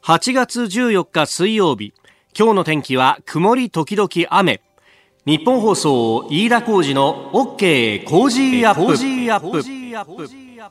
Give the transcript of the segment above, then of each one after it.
8月14日水曜日、今日の天気は曇り時々雨。日本放送飯田浩司の OK コージーアップ。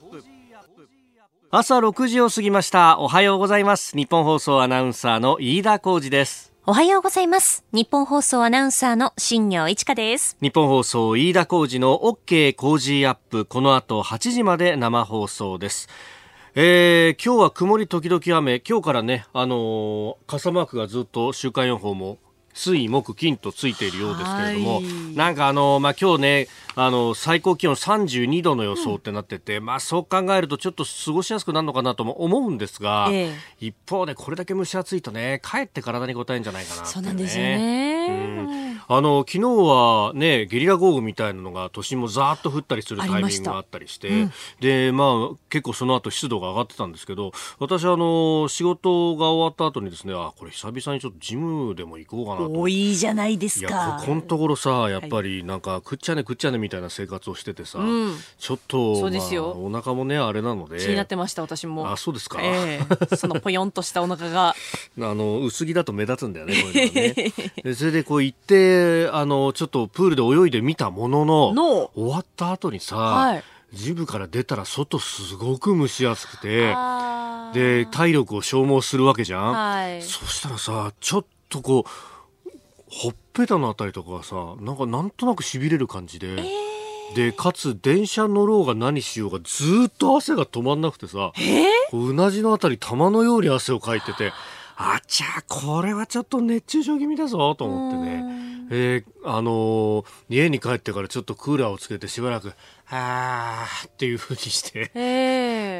朝6時を過ぎました。おはようございます。日本放送アナウンサーの飯田浩司です。 おはようございます。日本放送アナウンサーの新業一華です。 日本放送飯田浩司の OK コージーアップ、この後8時まで生放送です。今日は曇り時々雨。今日からね、傘マークがずっと週間予報も水木金とついているようですけれども、なんか今日ね、最高気温32度の予想ってなってて、そう考えるとちょっと過ごしやすくなるのかなとも思うんですが、一方でこれだけ蒸し暑いとね、かえって体に応えるんじゃないかなって、ね、 そうなんですよね。 昨日はね、ゲリラ豪雨みたいなのが都心もザーッと降ったりするタイミングがあったりして、で結構その後湿度が上がってたんですけど、私仕事が終わった後にですね、これ久々にちょっとジムでも行こうかなと。 おいいじゃないですか。 いや、ここのところさ、やっぱりなんかくっちゃねみたいな生活をしててさ、ちょっと、 そうですよ、 お腹もねあれなので気になってました。私も。 あ、そうですか。 そのぽよんとしたお腹が薄着だと目立つんだよね、こういうのね。でそれでこう行ってちょっとプールで泳いでみたものの、終わった後にさ、ジムから出たら外すごく蒸し暑くて、で体力を消耗するわけじゃん、そしたらさ、ちょっとこうほっぺたのあたりとかがさ、なんとなく痺れる感じで、でかつ電車乗ろうが何しようがずっと汗が止まんなくてさ、こうなじのあたり玉のように汗をかいてて、あちゃ、これはちょっと熱中症気味だぞと思ってね、家に帰ってからちょっとクーラーをつけてしばらくっていう風にして、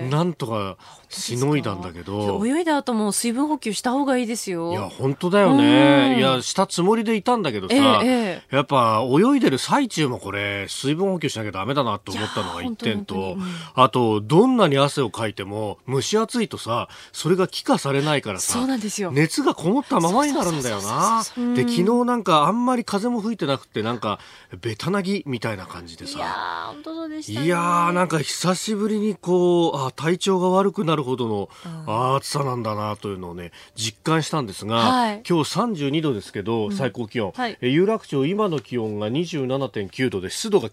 なんとかしのいだんだけど、 泳いだ後も水分補給した方がいいですよ。 いや本当だよね。いやしたつもりでいたんだけどさ、やっぱ泳いでる最中もこれ水分補給しなきゃダメだなと思ったのが一点と、あとどんなに汗をかいても蒸し暑いとさ、それが気化されないからさ、 そうなんですよ、 熱がこもったままになるんだよな。で昨日なんかあんまり風も吹いてなくて、なんかベタなぎみたいな感じでさ、 いや本当そうでしたね。 いやなんか久しぶりにこう体調が悪くなるほどの、暑さなんだなというのをね実感したんですが、今日32度ですけど、最高気温、有楽町今の気温が 27.9 度で湿度が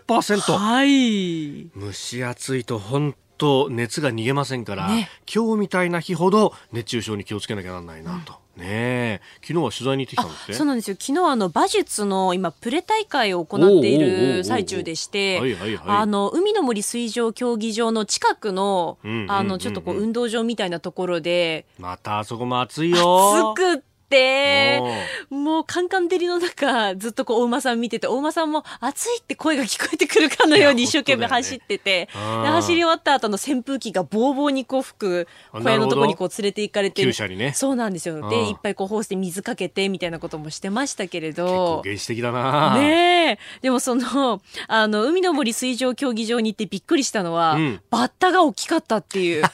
90%、蒸し暑いと本当熱が逃げませんから、今日みたいな日ほど熱中症に気をつけなきゃならないなと、昨日は取材に行ってきたのって。 そうなんですよ。昨日馬術の今プレ大会を行っている最中でして、海の森水上競技場の近くの、ちょっとこう運動場みたいなところで、 またあそこも暑いよ。 暑くってもうカンカン照りの中ずっとこうお馬さん見てて、お馬さんも暑いって声が聞こえてくるかのように一生懸命走ってて、で走り終わった後の扇風機がボーボーにこう吹く小屋のところにこう連れて行かれて、 厩舎にね。 そうなんですよ。でいっぱいこうホースで水かけてみたいなこともしてましたけれど、 結構原始的だな。 でもその海の森水上競技場に行ってびっくりしたのは、バッタが大きかったっていう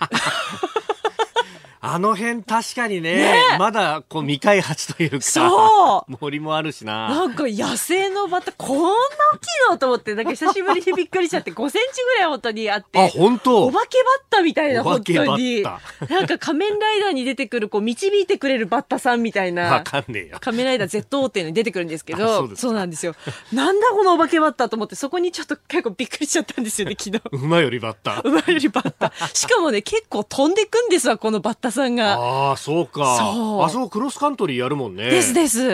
あの辺確かにね、まだこう未開発というか、 そう森もあるしな。 なんか野生のバッタこんな大きいのと思って、なんか久しぶりにびっくりしちゃって、5センチぐらい本当にあって、 本当お化けバッタみたいな、本当になんか仮面ライダーに出てくるこう導いてくれるバッタさんみたいな、 わかんねえよ。 仮面ライダー Z っていうのに出てくるんですけど、そうなんですよ。なんだこのお化けバッタと思って、そこにちょっと結構びっくりしちゃったんですよね、昨日。 馬よりバッタ。 馬よりバッタ。しかもね、結構飛んでくんですわ、このバッタさんが。 そうか。あそこクロスカントリーやるもんね。 です。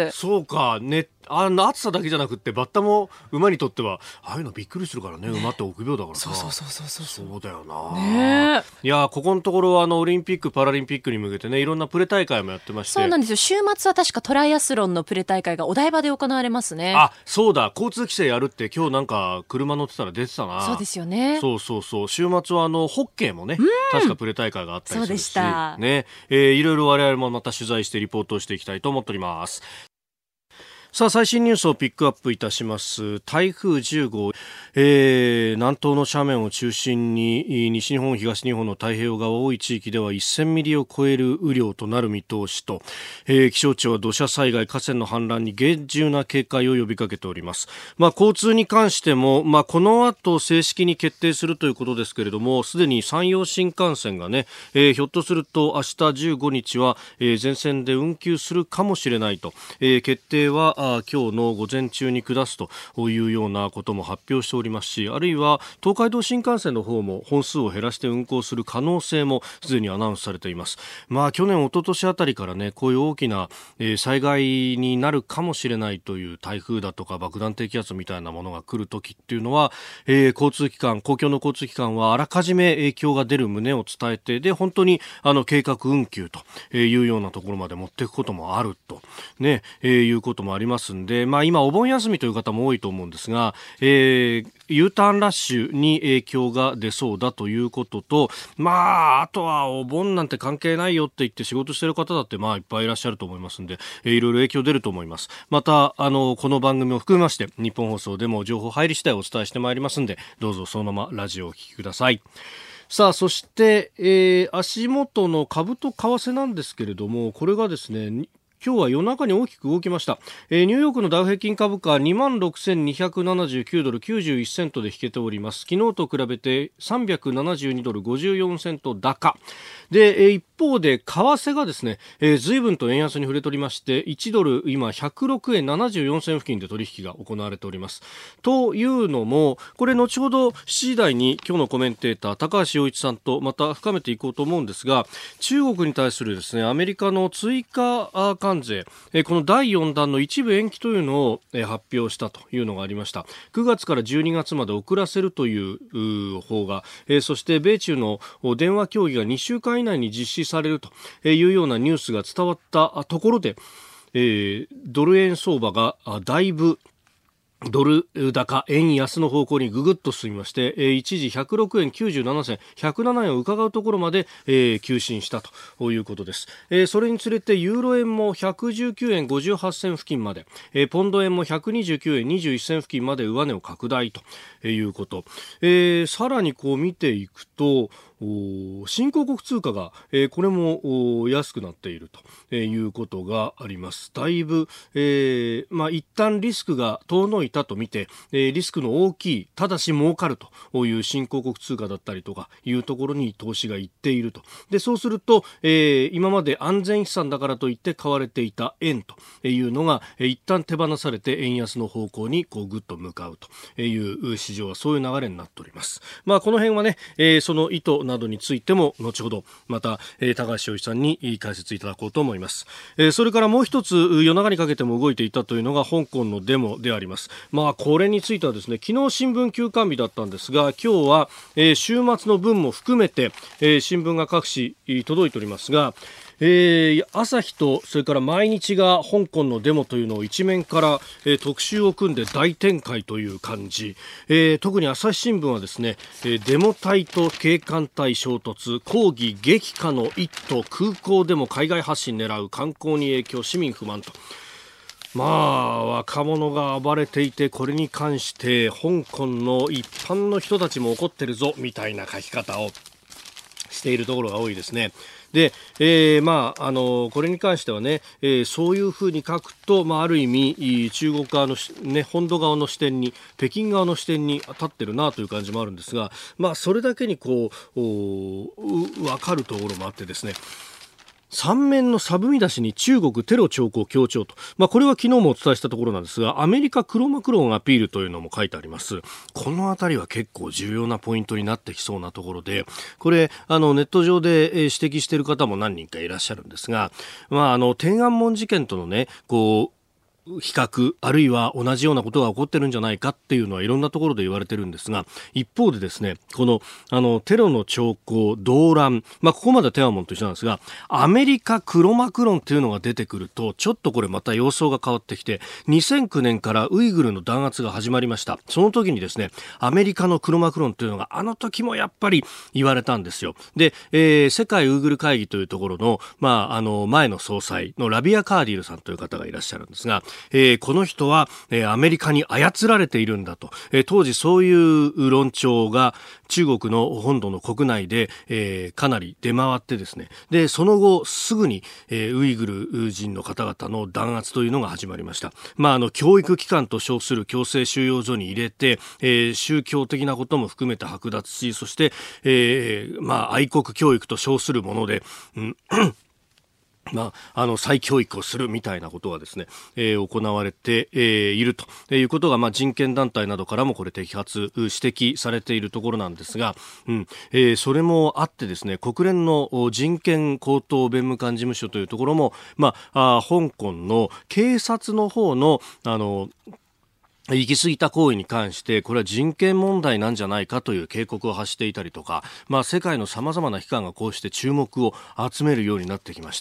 そうか。暑さだけじゃなくってバッタも馬にとってはああいうのびっくりするからね。馬って臆病だからさ。そうだよな。いやここのところオリンピックパラリンピックに向けてね、いろんなプレ大会もやってまして。 そうなんですよ。週末は確かトライアスロンのプレ大会がお台場で行われますね。 そうだ、交通規制やるって今日なんか車乗ってたら出てたな。 そうですよね。 そう週末はホッケーもね、確かプレ大会があったりするし、 そうでしたね、いろいろ我々もまた取材してリポートをしていきたいと思っております。さあ最新ニュースをピックアップいたします。台風10号、 南東の斜面を中心に西日本東日本の太平洋側多い地域では1000ミリを超える雨量となる見通しと、気象庁は土砂災害河川の氾濫に厳重な警戒を呼びかけております。交通に関しても、この後正式に決定するということですけれども、すでに山陽新幹線がね、ひょっとすると明日15日は、全線で運休するかもしれないと、決定は今日の午前中に下すというようなことも発表しておりますし、あるいは東海道新幹線の方も本数を減らして運行する可能性もすでにアナウンスされています。去年一昨年あたりからね、こういう大きな、災害になるかもしれないという台風だとか爆弾低気圧みたいなものが来るときっていうのは、公共の交通機関はあらかじめ影響が出る旨を伝えて、で本当に計画運休というようなところまで持っていくこともあると、ねいうこともありますんで、今お盆休みという方も多いと思うんですが、U ターンラッシュに影響が出そうだということと、あとはお盆なんて関係ないよって言って仕事してる方だっていっぱいいらっしゃると思いますんで、いろいろ影響出ると思います。またこの番組を含めまして日本放送でも情報入り次第お伝えしてまいりますんで、どうぞそのままラジオをお聞きください。さあ、そして、足元の株と為替なんですけれども、これがですね、今日は夜中に大きく動きました。ニューヨークのダウ平均株価26,279ドル91セントで引けております。昨日と比べて372ドル54セント高で、一方で為替がですね、随分と円安に触れておりまして、1ドル今106円74銭付近で取引が行われております。というのも、これ後ほど7時台に今日のコメンテーター高橋洋一さんとまた深めていこうと思うんですが、中国に対するですね、アメリカの追加関税、この第4弾の一部延期というのを発表したというのがありました。9月から12月まで遅らせるという方が、そして米中の電話協議が2週間以内に実施されるというようなニュースが伝わったところで、ドル円相場がだいぶドル高円安の方向にぐぐっと進みまして、一時106円97銭107円を伺うところまで、急進したということです。それにつれてユーロ円も119円58銭付近まで、ポンド円も129円21銭付近まで上値を拡大ということ、さらにこう見ていくと、新興国通貨が、これも安くなっているということがあります。だいぶ、一旦リスクが遠のいたと見て、リスクの大きいただし儲かるという新興国通貨だったりとかいうところに投資がいっていると。でそうすると、今まで安全資産だからといって買われていた円というのが、一旦手放されて円安の方向にこうぐっと向かうという市場はそういう流れになっております。この辺はね、その意図などについても後ほどまた、高橋洋一さんに解説いただこうと思います。それからもう一つ夜中にかけても動いていたというのが香港のデモであります。これについてはですね、昨日新聞休刊日だったんですが、今日は、週末の分も含めて、新聞が各紙届いておりますが、朝日とそれから毎日が香港のデモというのを一面から、特集を組んで大展開という感じ、特に朝日新聞はですね、デモ隊と警官隊衝突抗議激化の一途空港でも海外発信狙う観光に影響市民不満と、若者が暴れていて、これに関して香港の一般の人たちも怒ってるぞみたいな書き方をしているところが多いですね。で、これに関してはね、そういうふうに書くと、ある意味中国側の、本土側の視点に、北京側の視点に立ってるなという感じもあるんですが、それだけにこう分かるところもあってですね、3面のサブ見出しに中国テロ兆候強調と、これは昨日もお伝えしたところなんですが、アメリカ黒幕論アピールというのも書いてあります。このあたりは結構重要なポイントになってきそうなところで、これネット上で指摘している方も何人かいらっしゃるんですが、天安門事件とのね、比較あるいは同じようなことが起こってるんじゃないかっていうのはいろんなところで言われてるんですが、一方でですね、このテロの兆候動乱、ここまでは天安門と一緒なんですが、アメリカ黒幕論っていうのが出てくるとちょっとこれまた様相が変わってきて、2009年からウイグルの弾圧が始まりました。その時にですね、アメリカの黒幕論というのがあの時もやっぱり言われたんですよ。で、世界ウイグル会議というところの、前の総裁のラビア・カーディルさんという方がいらっしゃるんですが、 この人は、アメリカに操られているんだと、当時そういう論調が中国の本土の国内で、かなり出回ってですね、でその後すぐに、ウイグル人の方々の弾圧というのが始まりました。教育機関と称する強制収容所に入れて、宗教的なことも含めて剥奪し、そして、愛国教育と称するもので、再教育をするみたいなことがですね、行われて、いるということが、人権団体などからもこれ摘発指摘されているところなんですが、それもあってですね、国連の人権高等弁務官事務所というところも、香港の警察の方の行き過ぎた行為に関してこれは人権問題なんじゃないかという警告を発していたりとか、世界の様々な機関がこうして注目を集めるようになってきました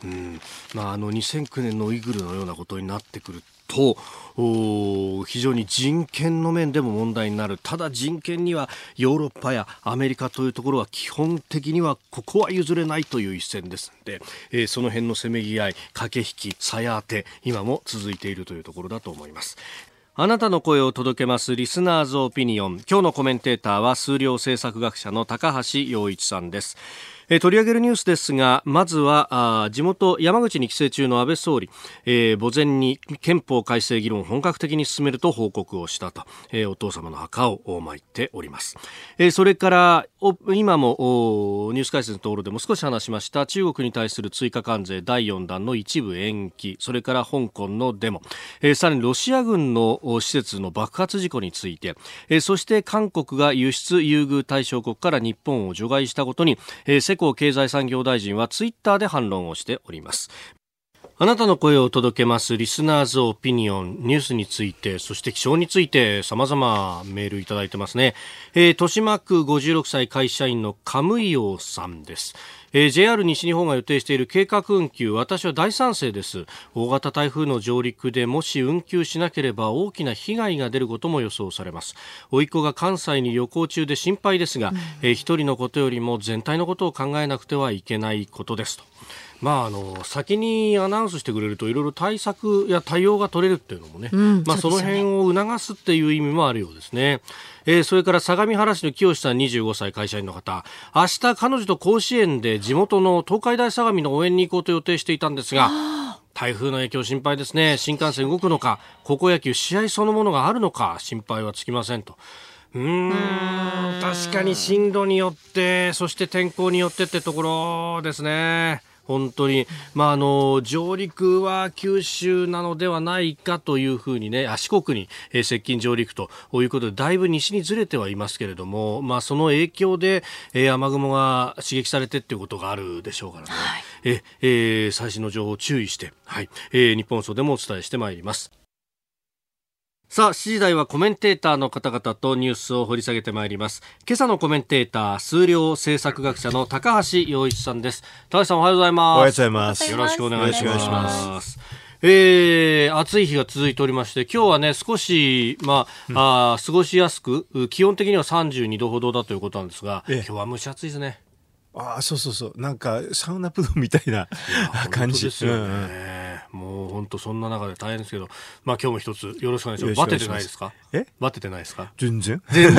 。2009年のウイグルのようなことになってくると非常に人権の面でも問題になる。ただ人権にはヨーロッパやアメリカというところは基本的にはここは譲れないという一線ですので、その辺のせめぎ合い、駆け引き、鞘当て今も続いているというところだと思います。あなたの声を届けますリスナーズオピニオン。今日のコメンテーターは数量政策学者の高橋洋一さんです。取り上げるニュースですが、まずは地元山口に帰省中の安倍総理、墓前に憲法改正議論を本格的に進めると報告をしたと、お父様の墓を参っております。それから今もニュース解説のところでも少し話しました中国に対する追加関税第4弾の一部延期、それから香港のデモ、さらにロシア軍の施設の爆発事故について、そして韓国が輸出優遇対象国から日本を除外したことに、世耕経済産業大臣はツイッターで反論をしております。あなたの声を届けますリスナーズオピニオン。ニュースについて、そして気象について様々メールいただいてますね。豊島区56歳会社員のカムイオさんです。JR 西日本が予定している計画運休、私は大賛成です。大型台風の上陸でもし運休しなければ大きな被害が出ることも予想されます。甥っ子が関西に旅行中で心配ですが、一人のことよりも全体のことを考えなくてはいけないことですと。先にアナウンスしてくれるといろいろ対策や対応が取れるっていうのもね、その辺を促すっていう意味もあるようですね。それから相模原市の清さん25歳会社員の方、明日彼女と甲子園で地元の東海大相模の応援に行こうと予定していたんですが、台風の影響心配ですね。新幹線動くのか、高校野球試合そのものがあるのか心配はつきませんと。確かに進路によってそして天候によってってところですね。本当に、上陸は九州なのではないかというふうにね、四国に、接近上陸ということでだいぶ西にずれてはいますけれども、その影響で、雨雲が刺激されてっていうことがあるでしょうからね、最新の情報を注意して、日本放送でもお伝えしてまいります。さあ、7時台はコメンテーターの方々とニュースを掘り下げてまいります。今朝のコメンテーター、数量政策学者の高橋洋一さんです。高橋さん、おはようございます。 おはようございます。 よろしくお願いします。暑い日が続いておりまして、今日はね少し、過ごしやすく、気温的には32度ほどだということなんですが、今日は蒸し暑いですね。 そうなんかサウナプロみたいな感じですよね。もう本当そんな中で大変ですけど、今日も一つよろしくお願いします。バテてないですか？バテてないですか？ 全然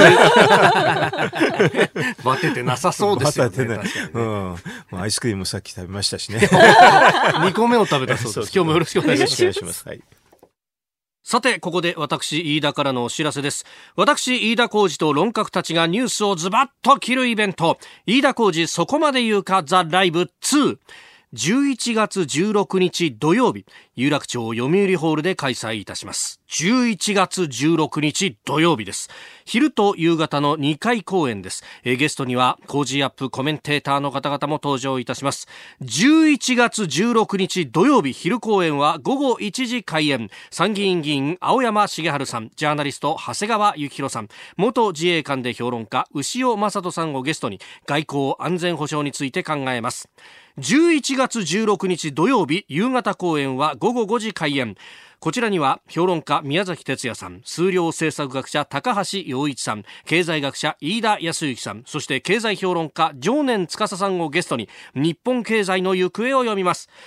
バテてなさそうですよね。 バテてない。アイスクリームさっき食べましたしね。 2個目を食べたそうです。今日もよろしくお願いします。さて、ここで私飯田からのお知らせです。私飯田浩司と論客たちがニュースをズバッと切るイベント、飯田浩司そこまで言うかザ・ライブ2、11月16日土曜日、有楽町読売ホールで開催いたします。11月16日土曜日です。昼と夕方の2回公演です。ゲストにはコージーアップコメンテーターの方々も登場いたします。11月16日土曜日昼公演は午後1時開演。参議院議員青山茂春さん、ジャーナリスト長谷川幸宏さん、元自衛官で評論家牛尾正人さんをゲストに外交安全保障について考えます。11月16日土曜日夕方公演は午後5時開演。こちらには評論家宮崎哲也さん、数量政策学者高橋洋一さん、経済学者飯田康之さん、そして経済評論家常年司さんをゲストに日本経済の行方を読みます。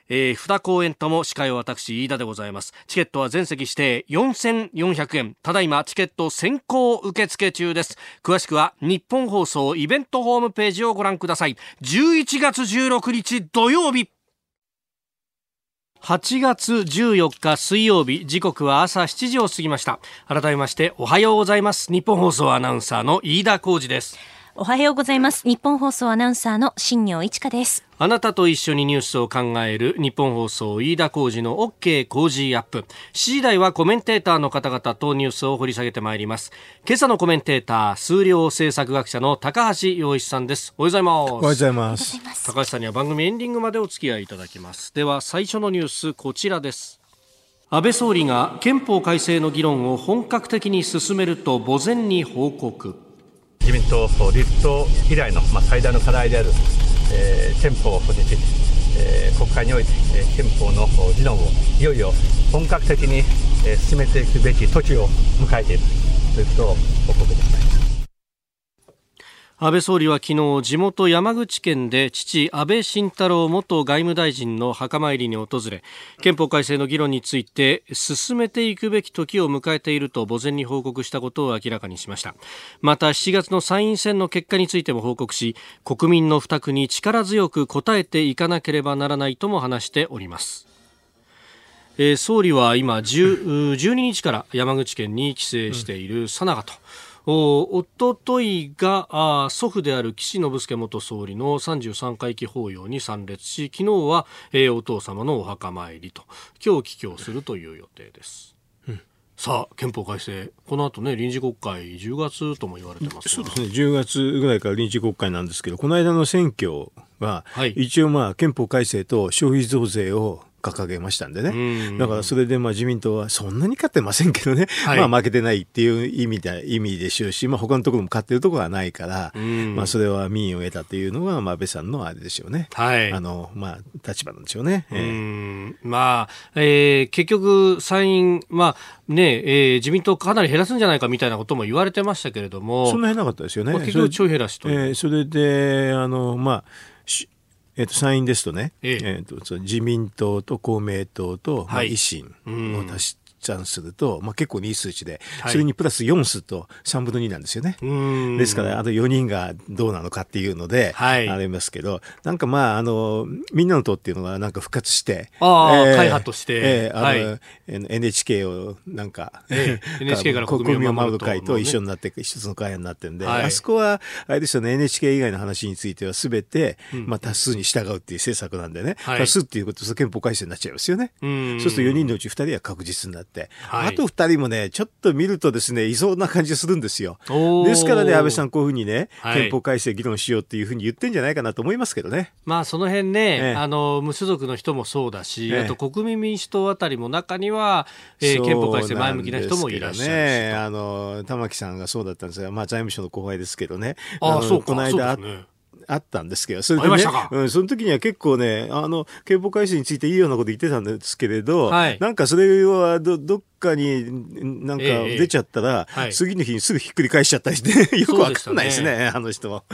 2公演とも司会は私飯田でございます。チケットは全席指定4400円。ただいまチケット先行受付中です。詳しくは日本放送イベントホームページをご覧ください。11月16日土曜日、8月14日水曜日、時刻は朝7時を過ぎました。改めましておはようございます。日本放送アナウンサーの飯田浩司です。 おはようございます。日本放送アナウンサーの新業一華です。 あなたと一緒にニュースを考える日本放送飯田浩司の OK 工事アップ。7時台はコメンテーターの方々とニュースを掘り下げてまいります。今朝のコメンテーター、数量政策学者の高橋洋一さんです。おはようございます。 おはようございます。 高橋さんには番組エンディングまでお付き合いいただきます。では最初のニュース、こちらです。安倍総理が憲法改正の議論を本格的に進めると墓前に報告。 自民党立党以来の最大の課題である、憲法について、国会において、憲法の議論をいよいよ本格的に、進めていくべき時を迎えているということを報告できます。 安倍総理は昨日、地元山口県で父安倍晋太郎元外務大臣の墓参りに訪れ、憲法改正の議論について進めていくべき時を迎えていると墓前に報告したことを明らかにしました。また7月の参院選の結果についても報告し、国民の負託に力強く応えていかなければならないとも話しております。総理は今12日から山口県に帰省しているさなかと、おとといが祖父である岸信介元総理の33回忌法要に参列し、昨日は、お父様のお墓参りと、今日帰郷するという予定です。さあ、憲法改正、この後ね、臨時国会10月とも言われてます。 そうですね、10月ぐらいから臨時国会なんですけど、この間の選挙は、一応憲法改正と消費増税を掲げましたんでね。だからそれで自民党はそんなに勝ってませんけどね、負けてないっていう意味でしょうし、他のところも勝ってるところはないから、それは民意を得たというのが安倍さんのあれでしょうね。立場なんでしょうね。 結局参院自民党かなり減らすんじゃないかみたいなことも言われてましたけれども、 そんな減らなかったですよね。 結局ちょい減らしと。 それで参院ですとね、自民党と公明党と、維新を足算すると、結構いい数値で、それにプラス4数と3分の2なんですよね。ですからあと4人がどうなのかっていうので、ありますけど、みんなの党っていうのが復活して、 会派として、 NHK を NHK から国民を守る会と一緒になって一つの会派になってるんで、あそこはあれですよね、NHK 以外の話については全て、多数に従うっていう政策なんでね、多数っていうことは憲法改正になっちゃいますよね。そうすると4人のうち2人は確実になって、あと2人もね、ちょっと見るとですね、いそうな感じがするんですよ。ですからね、安倍さんこういうふうにね、憲法改正議論しようっていうふうに言ってんじゃないかなと思いますけどね。 その辺ね、無所属の人もそうだし、あと国民民主党あたりも中には、憲法改正前向きな人もいらっしゃるし、 玉木さんがそうだったんですが、財務省の後輩ですけどね、 この間あったんですけど、それでね、その時には結構ね、憲法改正についていいようなこと言ってたんですけれど、それはどっかに出ちゃったら、次の日にすぐひっくり返しちゃったりしてよくわかんないですね、あの人は。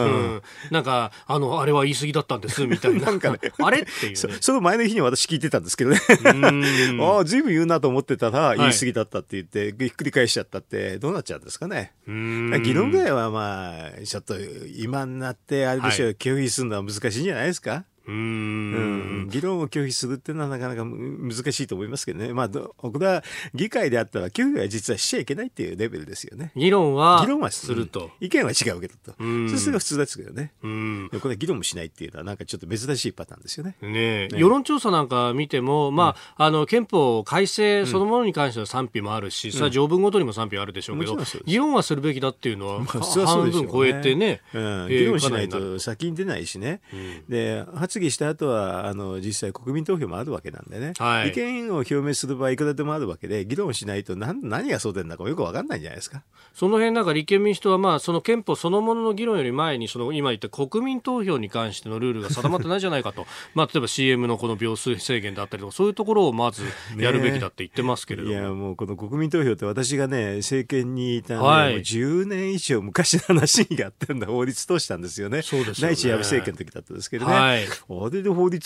あれは言い過ぎだったんですみたいなあれっていう、 その前の日に私聞いてたんですけどねずいぶん言うなと思ってたら言い過ぎだったって言ってひっくり返しちゃったってどうなっちゃうんですかね。議論ぐらいはちょっと今になってあれでしょう、拒否するのは難しいんじゃないですか。議論を拒否するっていうのはなかなか難しいと思いますけどね。これは議会であったら拒否は実はしちゃいけないっていうレベルですよね。 議論はすると、 意見は違うけどと、それが普通ですけどね。これは議論もしないっていうのはちょっと珍しいパターンですよね。 世論調査なんか見ても、憲法改正そのものに関しては賛否もあるし、それは条文ごとにも賛否あるでしょうけど、議論はするべきだっていうのは半分超えてね、 議論しないと先に出ないしね。で発議した後は実際国民投票もあるわけなんでね、意見を表明する場合いくらでもあるわけで、議論しないと何が争点だかよく分かんないんじゃないですか。 その辺立憲民主党はその憲法そのものの議論より前に今言った国民投票に関してのルールが定まってないじゃないかと例えば CM のこの秒数制限だったりとか、そういうところをまずやるべきだって言ってますけれども、 いやもうこの国民投票って私がね政権にいたもう10年以上昔の話があって法律通したんですよね。第一安倍政権の時だったんですけどね、あれで法律通し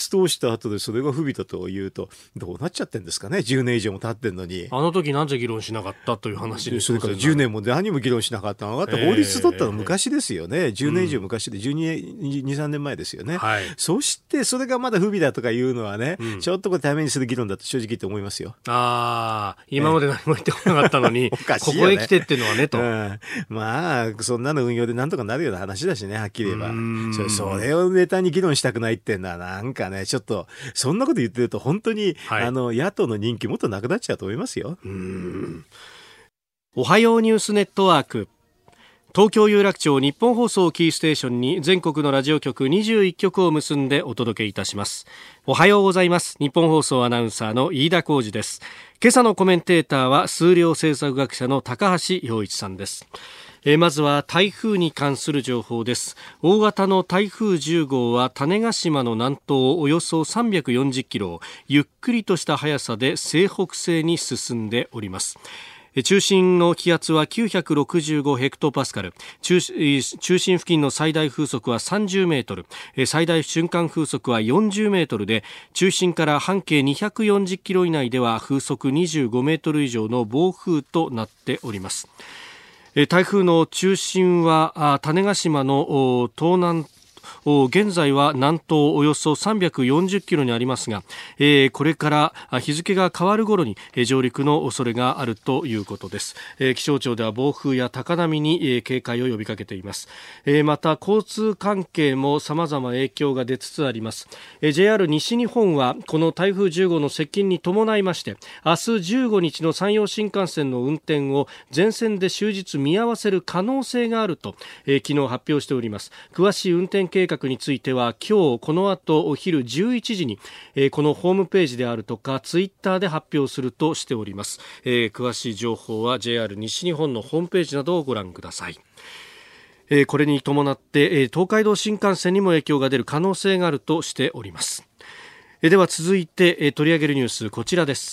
した後でそれが不備だというとどうなっちゃってんですかね。10年以上も経ってんのに。 あの時なぜ議論しなかったという話に。 それから10年も何も議論しなかったのが法律取ったの昔ですよね。10年以上昔で12、3年前ですよね。はい、そしてそれがまだ不備だとかいうのはね、ちょっとこれためにする議論だと正直言って思いますよ。 今まで何も言ってこなかったのに、おかしいよね、ここへ来てっていうのはねと。 まあそんなの運用でなんとかなるような話だしね、はっきり言えば。それをネタに議論したくないっていうのはなんかね、ちょっとそんなこと言ってると本当に、野党の人気もっとなくなっちゃうと思いますよ。 おはようニュースネットワーク、東京有楽町日本放送キーステーションに全国のラジオ局21局を結んでお届けいたします。おはようございます。日本放送アナウンサーの飯田浩司です。今朝のコメンテーターは数量政策学者の高橋洋一さんです。まずは台風に関する情報です。大型の台風10号は種子島の南東およそ340キロをゆっくりとした速さで西北西に進んでおります。中心の気圧は965ヘクトパスカル、中心付近の最大風速は30メートル、最大瞬間風速は40メートルで、中心から半径240キロ以内では風速25メートル以上の暴風となっております。台風の中心は種子島の東南、現在は南東およそ340キロにありますが、これから日付が変わる頃に上陸の恐れがあるということです。気象庁では暴風や高波に警戒を呼びかけています。また交通関係も様々影響が出つつあります。JR 西日本はこの台風10号の接近に伴いまして、明日15日の山陽新幹線の運転を全線で終日見合わせる可能性があると、昨日発表しております。詳しい運転計画については今日この後お昼11時に、このホームページであるとかツイッターで発表するとしております。詳しい情報は JR 西日本のホームページなどをご覧ください。これに伴って東海道新幹線にも影響が出る可能性があるとしております。では続いて取り上げるニュース、こちらです。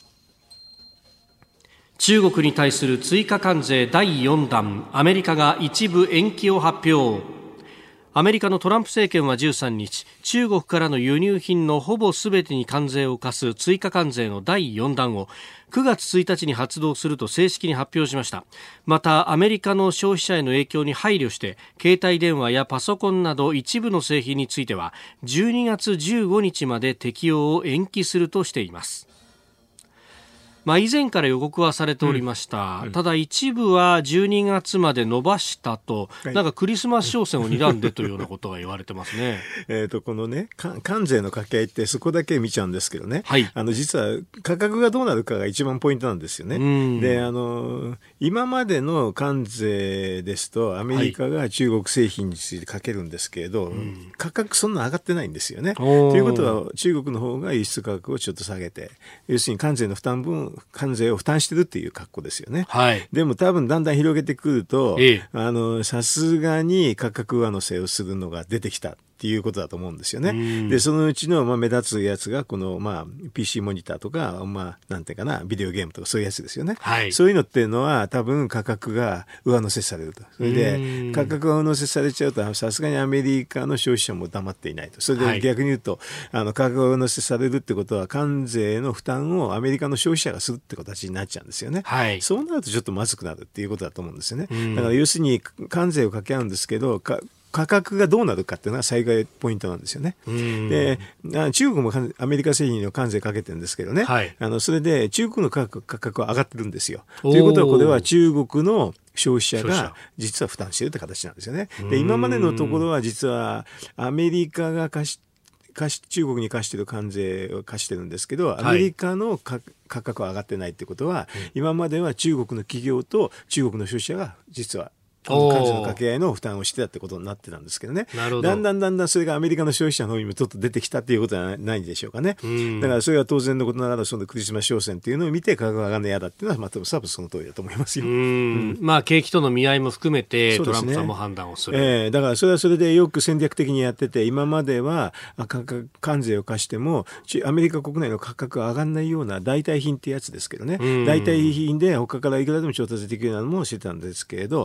中国に対する追加関税第4弾、アメリカが一部延期を発表。アメリカのトランプ政権は13日、中国からの輸入品のほぼすべてに関税を課す追加関税の第4弾を9月1日に発動すると正式に発表しました。またアメリカの消費者への影響に配慮して、携帯電話やパソコンなど一部の製品については12月15日まで適用を延期するとしています。以前から予告はされておりました。ただ一部は12月まで伸ばしたと、なんかクリスマス商戦を睨んでというようなことが言われてますね。 このね、関税の掛け合いってそこだけ見ちゃうんですけどね。はい、実は価格がどうなるかが一番ポイントなんですよね。で、今までの関税ですとアメリカが中国製品についてかけるんですけれど、価格そんな上がってないんですよね。ということは中国の方が輸出価格をちょっと下げて、要するに関税の負担分関税を負担してるっていう格好ですよね。はい、でも多分だんだん広げてくると、さすがに価格上乗せをするのが出てきたっていうことだと思うんですよね。で、そのうちの目立つやつがこのPC モニターとかなんていうかな、ビデオゲームとかそういうやつですよね。はい、そういうのっていうのは多分価格が上乗せされると。それで価格が上乗せされちゃうとさすがにアメリカの消費者も黙っていないと。それで逆に言うと、価格が上乗せされるってことは関税の負担をアメリカの消費者がするって形になっちゃうんですよね。はい、そうなるとちょっとまずくなるっていうことだと思うんですよね。だから要するに関税を掛け合うんですけど、価格がどうなるかっていうのが最大ポイントなんですよね。で、中国もアメリカ製品の関税かけてるんですけどね。はい、それで中国の価格は上がってるんですよ。ということはこれは中国の消費者が実は負担してるって形なんですよね。で、今までのところは実はアメリカが中国に課している関税を課してるんですけど、アメリカの価格は上がってないってことは、今までは中国の企業と中国の消費者が実は関税の掛け合いの負担をしてたってことになってたんですけどね。だんだんそれがアメリカの消費者の方にもちょっと出てきたっていうことはないんでしょうかね。だからそれは当然のことながら、そのクリスマス商戦っていうのを見て価格が上がるの嫌だっていうのは多分その通りだと思いますよ。 景気との見合いも含めてトランプさんも判断をする。 だからそれはそれでよく戦略的にやってて、今までは関税を課してもアメリカ国内の価格が上がらないような代替品ってやつですけどね。代替品で他からいくらでも調達できるようなものをしてたんですけれど、今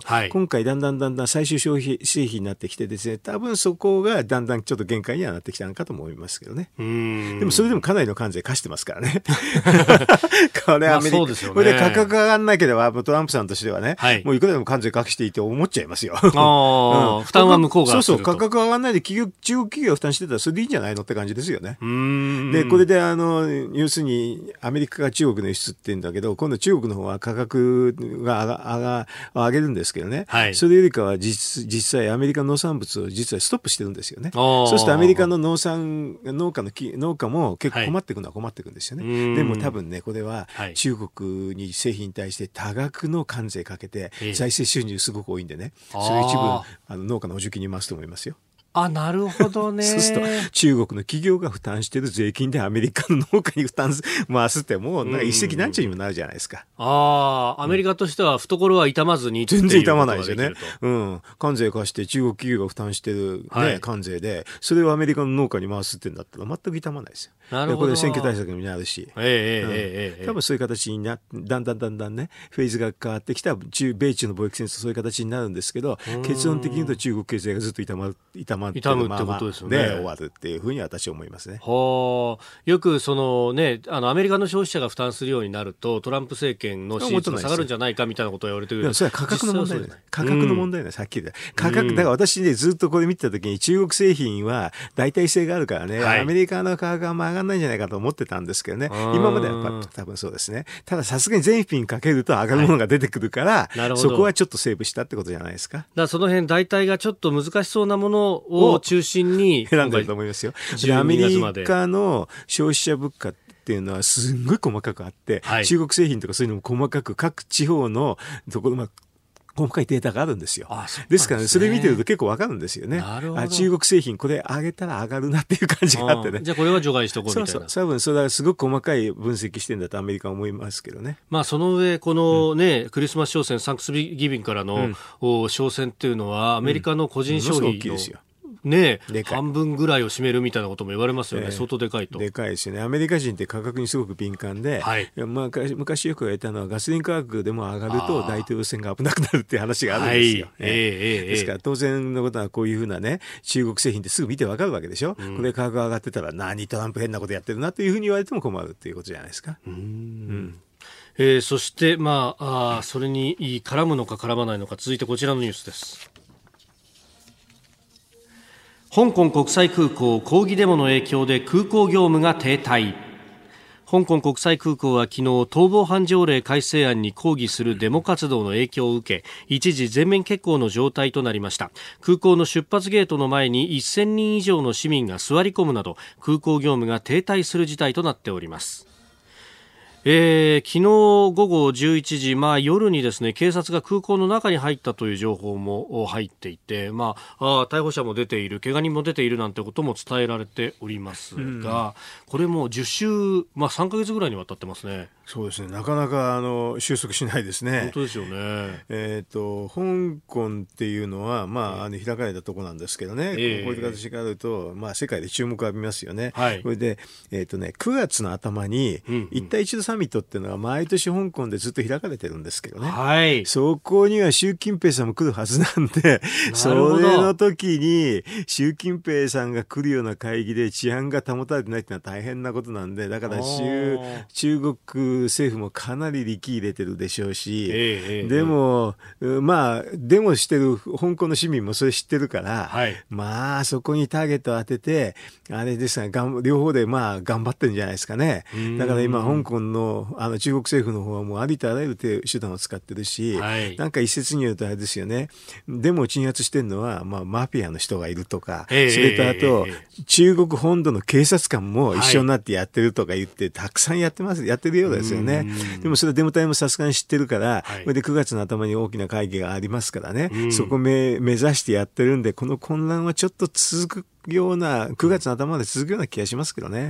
今回だんだん最終消費製品になってきてですね、多分そこがだんだんちょっと限界にはなってきたのかと思いますけどね。でもそれでもかなりの関税課してますからね。これアメリカ、そうですよね、これで価格上がんなければトランプさんとしてはね、はい、もういくらでも関税課していて思っちゃいますよ。負担は向こうがすると。 そうそう、価格上がんないで中国企業が負担してたらそれでいいんじゃないのって感じですよね。で、これで要するにアメリカが中国の輸出って言うんだけど、今度中国の方は価格が上げるんですけどね、はい、それよりかは実際アメリカの農産物を実はストップしてるんですよね。そうするとアメリカの農家も結構困ってくるのは困ってくるんですよね。でも多分ね、これは中国に製品に対して多額の関税かけて財政収入すごく多いんでね、それ一部農家の補助金に回すと思いますよ。 なるほどね。 そうすると中国の企業が負担している税金でアメリカの農家に回すってもうなんか一石何鳥にもなるじゃないですか。 アメリカとしては懐は痛まずに全然痛まないですよね。関税貸して中国企業が負担している、関税でそれをアメリカの農家に回すってんだったら全く痛まないですよ。なるほど。これ選挙対策になるし、多分そういう形にだんだんねフェーズが変わってきた米中の貿易戦争そういう形になるんですけど、結論的に言うと中国経済がずっと痛むってことですよね。で終わるっていうふうに私は思いますね。 よくそのね、アメリカの消費者が負担するようになるとトランプ政権の支持率が下がるんじゃないかみたいなことを言われてるけど、 それは価格の問題だね。価格の問題だね、はっきり言って。価格、だから私ね、ずっとこれ見てた時に中国製品は代替性があるからね、アメリカの価格が上がらないんじゃないかと思ってたんですけどね、今まではやっぱ多分そうですね。たださすがに全品かけると上がるものが出てくるから、そこはちょっとセーブしたってことじゃないですか。 だからその辺代替がちょっと難しそうなものを中心に選んでると思いますよ。アメリカの消費者物価っていうのはすんごい細かくあって、中国製品とかそういうのも細かく各地方のところ細かいデータがあるんですよ。ですからね、それ見てると結構わかるんですよね。中国製品これ上げたら上がるなっていう感じがあってね。 じゃあこれは除外しとこうみたいな。 そう多分それはすごく細かい分析してるんだとアメリカは思いますけどね。 その上このね、クリスマス商戦サンクスギビングからの、商戦っていうのはアメリカの個人消費の、大きいですよ。ね、半分ぐらいを占めるみたいなことも言われますよね。相当でかいと。 でかいですよね。アメリカ人って価格にすごく敏感で、昔よく言われたのはガソリン価格でも上がると大統領選が危なくなるっていう話があるんですよ。ですから当然のことはこういうふうなね、中国製品ってすぐ見てわかるわけでしょ。これ価格が上がってたら何トランプ変なことやってるなというふうに言われても困るっていうことじゃないですか。 そしてそれに絡むのか絡まないのか、続いてこちらのニュースです。香港国際空港抗議デモの影響で空港業務が停滞。香港国際空港は昨日逃亡犯条例改正案に抗議するデモ活動の影響を受け、一時全面欠航の状態となりました。空港の出発ゲートの前に1000人以上の市民が座り込むなど空港業務が停滞する事態となっております。昨日午後11時、夜にですね、警察が空港の中に入ったという情報も入っていて、逮捕者も出ている、怪我人も出ているなんてことも伝えられておりますが、これも10週、3ヶ月ぐらいにわたってますね。 そうですね、なかなか収束しないですね。 本当ですよね。 香港っていうのは、開かれたところなんですけどね、こういう形があると、世界で注目を浴びますよね。これで、9月の頭に、一帯一路サミットっていうのが毎年香港でずっと開かれてるんですけどね。そこには習近平さんも来るはずなんで、それの時に習近平さんが来るような会議で治安が保たれてないっていうのは大変なことなんで、だから中国政府もかなり力入れてるでしょうし、でもデモしてる香港の市民もそれ知ってるから、そこにターゲットを当ててあれですが、両方で頑張ってるんじゃないですかね。だから今香港の中国政府の方はもうありとあらゆる手段を使ってるし、なんか一説によるとあれですよね、デモを鎮圧してるのはマフィアの人がいるとか、それとあと中国本土の警察官も一緒になってやってるとか言ってたくさんやってるようですよね。でもそれはデモ隊もさすがに知ってるから、それで9月の頭に大きな会議がありますからね、そこ目指してやってるんで、この混乱はちょっと続くような9月の頭まで続くような気がしますけどね。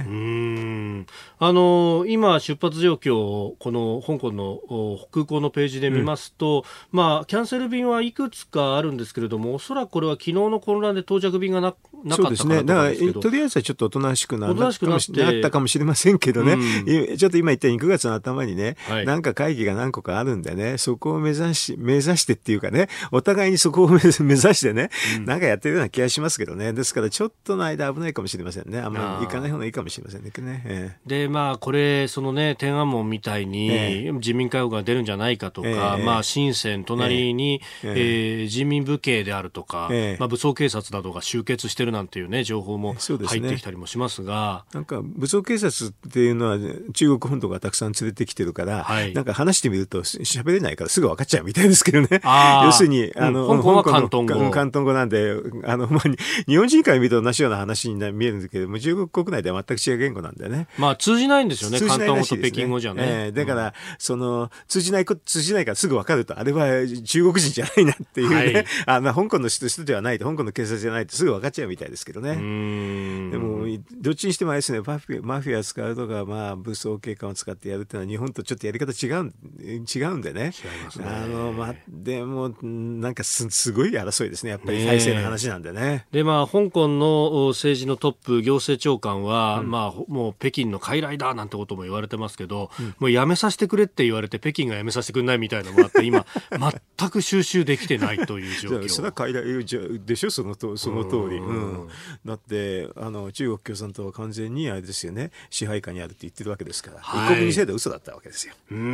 今出発状況をこの香港の空港のページで見ますと、キャンセル便はいくつかあるんですけれども、おそらくこれは昨日の混乱で到着便がなかったからとかですけど、そうですね。だからとりあえずはちょっとおとなしくなったかもしれませんけどね、ちょっと今言ったように9月の頭にね、なんか会議が何個かあるんでね、そこを目指してっていうかね、お互いにそこを目指してね、なんかやってるような気がしますけどね。ですからちょっとの間危ないかもしれませんね。あんまり行かない方がいいかもしれませんね。 で、これそのね、天安門みたいに人民解放が出るんじゃないかとか、深セン隣に、人民武警であるとか、武装警察などが集結してるなんていうね情報も入ってきたりもしますが、 なんか武装警察っていうのは中国本土がたくさん連れてきてるから、なんか話してみると喋れないからすぐ分かっちゃうみたいですけどね。要するに香港は広東語なんで、日本人から見ると同じような話に見えるんですけども、中国国内では全く違う言語なんでね。 通じないんですよね、広東語と北京語じゃね。 だから通じないからすぐ分かると、あれは中国人じゃないなっていうね、香港の人ではないと、香港の警察じゃないとすぐ分かっちゃうみたいですけどね。でもどっちにしてもあれですね、マフィア使うとか、武装警官を使ってやるっていうのは日本とちょっとやり方違うんでね。でもなんかすごい争いですね、やっぱり体制の話なんでね。 で香港の政治のトップ行政長官は、もう北京の傀儡だなんてことも言われてますけど、もうやめさせてくれって言われて北京がやめさせてくれないみたいなのもあって今全く収拾できてないという状況。 それは傀儡でしょ、その通り。だって中国共産党は完全にあれですよね、支配下にあるって言ってるわけですから、一国二制度は嘘だったわけですよ。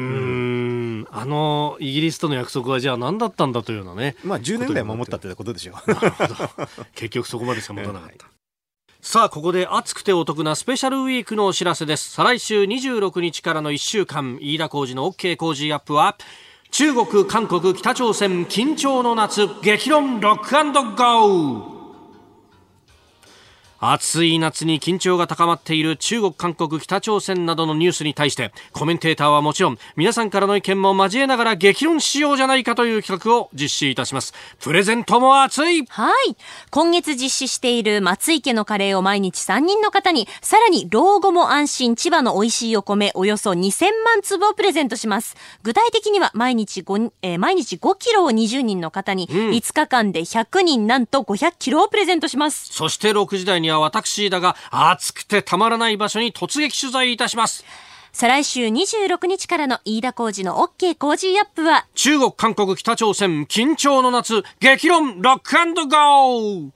イギリスとの約束はじゃあ何だったんだというようなね、 10年ぐらい守ったってことでしょう。 なるほど。結局そこまでしか持たなかった。さあここで熱くてお得なスペシャルウィークのお知らせです。再来週26日からの1週間、飯田浩司の OK 工事アップは、中国、韓国、北朝鮮緊張の夏、激論ロック&ゴー。暑い夏に緊張が高まっている中国、韓国、北朝鮮などのニュースに対して、コメンテーターはもちろん皆さんからの意見も交えながら激論しようじゃないかという企画を実施いたします。プレゼントも熱い。 はい、今月実施している松井家のカレーを毎日3人の方に、さらに老後も安心千葉の美味しいお米およそ2000万粒をプレゼントします。具体的には毎日5キロを20人の方に、5日間で100人なんと500キロをプレゼントします。 そして6時台に私だが暑くてたまらない場所に突撃取材いたします。 再来週26日からの飯田浩司の OK 工事アップは、 中国、韓国、北朝鮮緊張の夏、激論ロック&ゴー。